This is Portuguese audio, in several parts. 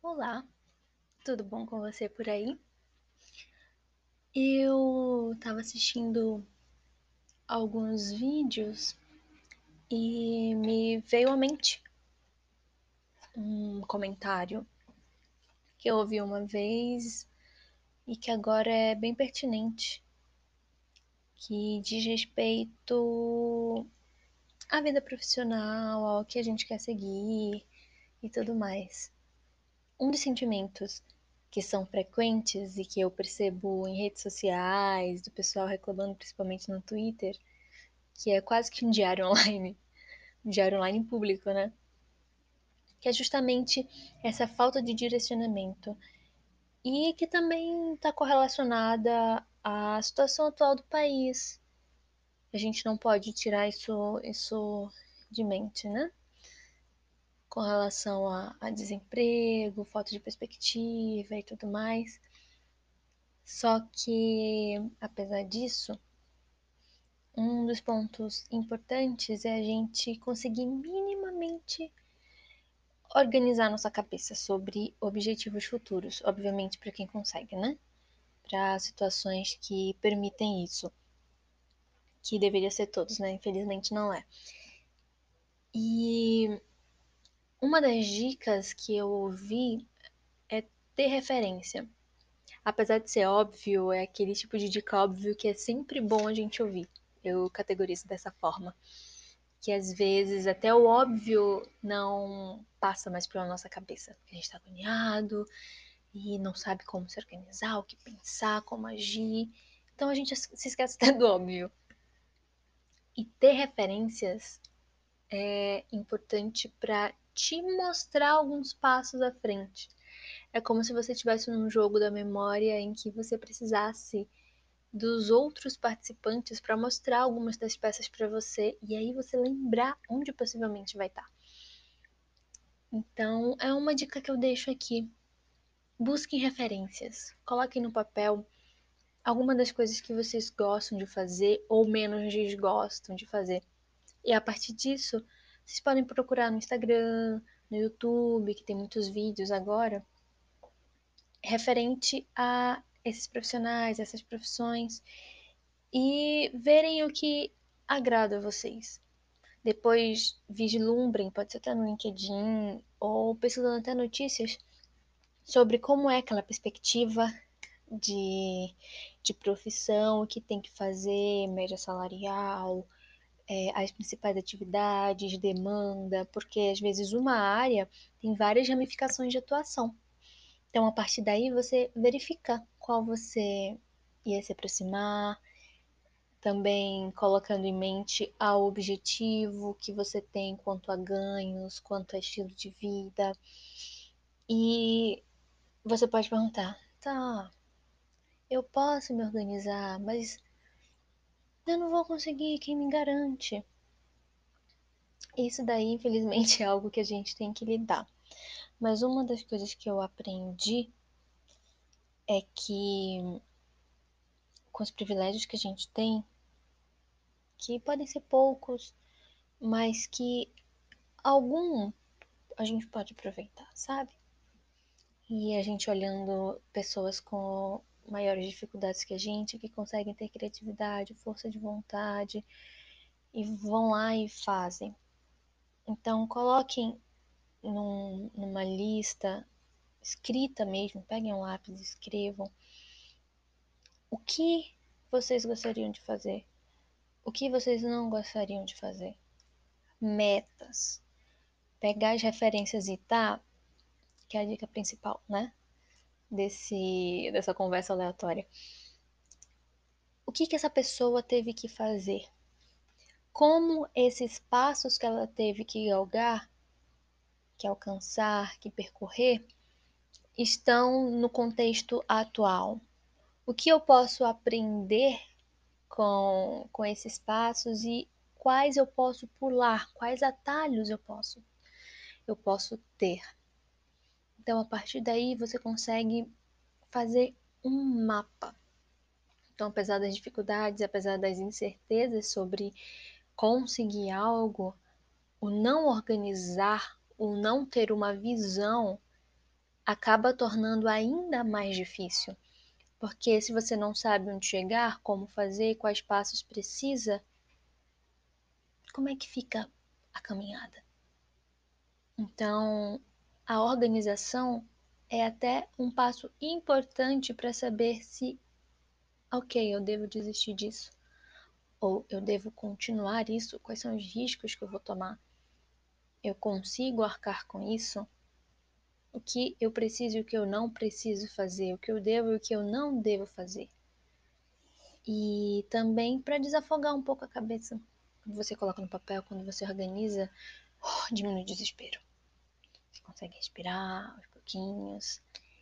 Olá, tudo bom com você por aí? Eu estava assistindo alguns vídeos e me veio à mente um comentário que eu ouvi uma vez e que agora é bem pertinente, que diz respeito à vida profissional, ao que a gente quer seguir e tudo mais. Um dos sentimentos que são frequentes e que eu percebo em redes sociais, do pessoal reclamando principalmente no Twitter, que é quase que um diário online público, né? Que é justamente essa falta de direcionamento e que também está correlacionada à situação atual do país. A gente não pode tirar isso de mente, né? Com relação a desemprego, falta de perspectiva e tudo mais. Só que, apesar disso, um dos pontos importantes é a gente conseguir minimamente organizar nossa cabeça sobre objetivos futuros, obviamente para quem consegue, né? Para situações que permitem isso, que deveria ser todos, né? Infelizmente não é. E uma das dicas que eu ouvi é ter referência. Apesar de ser óbvio, é aquele tipo de dica óbvio que é sempre bom a gente ouvir. Eu categorizo dessa forma. Que às vezes até o óbvio não passa mais pela nossa cabeça. A gente tá agoniado e não sabe como se organizar, o que pensar, como agir. Então a gente se esquece até do óbvio. E ter referências é importante para te mostrar alguns passos à frente. É como se você estivesse num jogo da memória em que você precisasse dos outros participantes para mostrar algumas das peças para você e aí você lembrar onde possivelmente vai estar. Então, é uma dica que eu deixo aqui. Busquem referências. Coloquem no papel alguma das coisas que vocês gostam de fazer ou menos desgostam de fazer. E a partir disso, vocês podem procurar no Instagram, no YouTube, que tem muitos vídeos agora, referente a esses profissionais, essas profissões, e verem o que agrada a vocês. Depois vislumbrem, pode ser até no LinkedIn, ou pesquisando até notícias sobre como é aquela perspectiva de, de profissão, o que tem que fazer, média salarial, as principais atividades, demanda, porque às vezes uma área tem várias ramificações de atuação. Então, a partir daí, você verifica qual você ia se aproximar, também colocando em mente o objetivo que você tem quanto a ganhos, quanto a estilo de vida. E você pode perguntar, tá, eu posso me organizar, mas eu não vou conseguir, quem me garante? Isso daí, infelizmente, é algo que a gente tem que lidar. Mas uma das coisas que eu aprendi é que, com os privilégios que a gente tem, que podem ser poucos, mas que algum a gente pode aproveitar, sabe? E a gente olhando pessoas com maiores dificuldades que a gente, que conseguem ter criatividade, força de vontade, e vão lá e fazem. Então, coloquem numa lista escrita mesmo, peguem um lápis e escrevam o que vocês gostariam de fazer, o que vocês não gostariam de fazer, metas, pegar as referências e tá, que é a dica principal, né? Dessa conversa aleatória. O que essa pessoa teve que fazer? Como esses passos que ela teve que galgar, que alcançar, que percorrer, estão no contexto atual? O que eu posso aprender com esses passos e quais eu posso pular, quais atalhos eu posso ter. Então, a partir daí, você consegue fazer um mapa. Então, apesar das dificuldades, apesar das incertezas sobre conseguir algo, o não organizar, o não ter uma visão, acaba tornando ainda mais difícil. Porque se você não sabe onde chegar, como fazer, quais passos precisa, como é que fica a caminhada? Então, a organização é até um passo importante para saber se, ok, eu devo desistir disso, ou eu devo continuar isso, quais são os riscos que eu vou tomar? Eu consigo arcar com isso? O que eu preciso e o que eu não preciso fazer, o que eu devo e o que eu não devo fazer. E também para desafogar um pouco a cabeça. Quando você coloca no papel, quando você organiza, diminui o desespero. Você consegue respirar aos pouquinhos.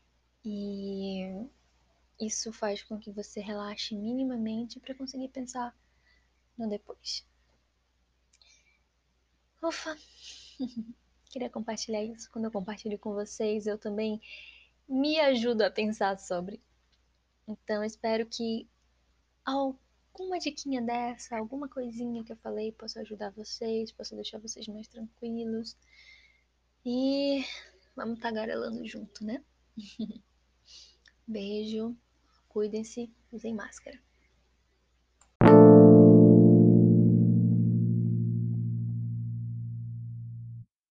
E isso faz com que você relaxe minimamente para conseguir pensar no depois. Ufa! Queria compartilhar isso. Quando eu compartilho com vocês, eu também me ajudo a pensar sobre. Então, espero que alguma diquinha dessa, alguma coisinha que eu falei possa ajudar vocês, possa deixar vocês mais tranquilos. E vamos tagarelando junto, né? Beijo, cuidem-se, usem máscara.